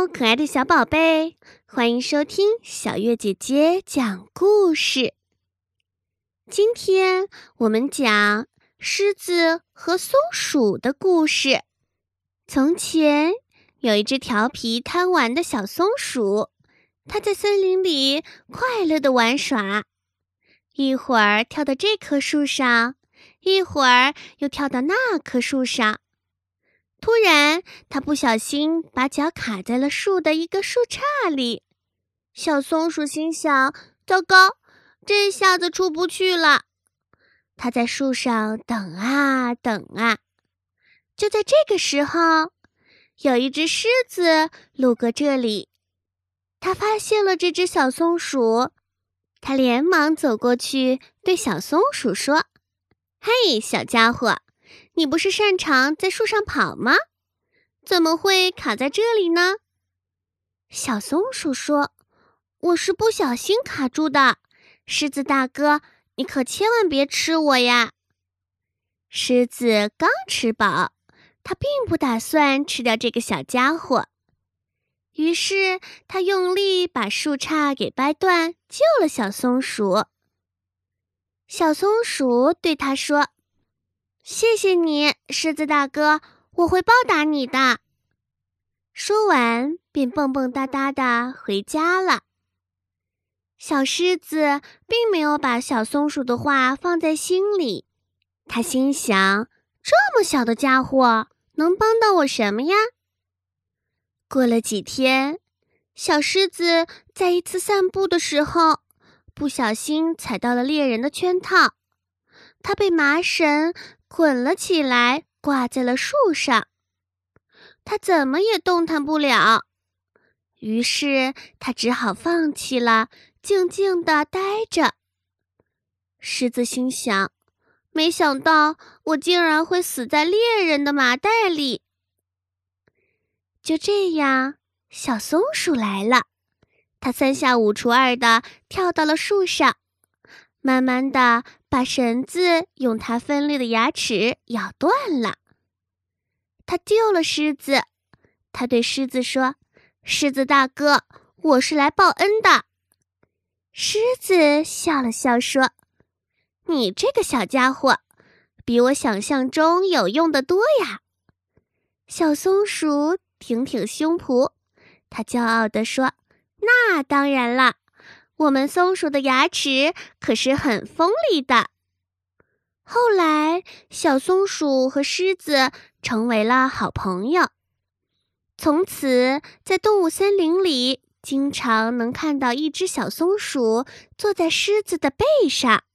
可爱的小宝贝，欢迎收听小月姐姐讲故事。今天我们讲狮子和松鼠的故事。从前有一只调皮贪玩的小松鼠，它在森林里快乐地玩耍，一会儿跳到这棵树上，一会儿又跳到那棵树上。突然，他不小心把脚卡在了树的一个树杈里。小松鼠心想：糟糕，这下子出不去了。它在树上等啊等啊。就在这个时候，有一只狮子路过这里，它发现了这只小松鼠，它连忙走过去对小松鼠说：嘿，小家伙，你不是擅长在树上跑吗？怎么会卡在这里呢？小松鼠说：我是不小心卡住的，狮子大哥，你可千万别吃我呀。狮子刚吃饱，它并不打算吃掉这个小家伙，于是它用力把树杈给掰断，救了小松鼠。小松鼠对它说：谢谢你，狮子大哥，我会报答你的。说完，便蹦蹦哒哒地回家了。小狮子并没有把小松鼠的话放在心里，他心想：这么小的家伙能帮到我什么呀？过了几天，小狮子在一次散步的时候，不小心踩到了猎人的圈套，它被麻绳捆了起来，挂在了树上。他怎么也动弹不了，于是他只好放弃了，静静地待着。狮子心想：没想到我竟然会死在猎人的麻袋里。就这样，小松鼠来了，它三下五除二地跳到了树上，慢慢地把绳子用它锋利的牙齿咬断了。他救了狮子，他对狮子说：狮子大哥，我是来报恩的。狮子笑了笑说：你这个小家伙，比我想象中有用的多呀。小松鼠挺挺胸脯，他骄傲地说：那当然了，我们松鼠的牙齿可是很锋利的。后来，小松鼠和狮子成为了好朋友。从此，在动物森林里，经常能看到一只小松鼠坐在狮子的背上。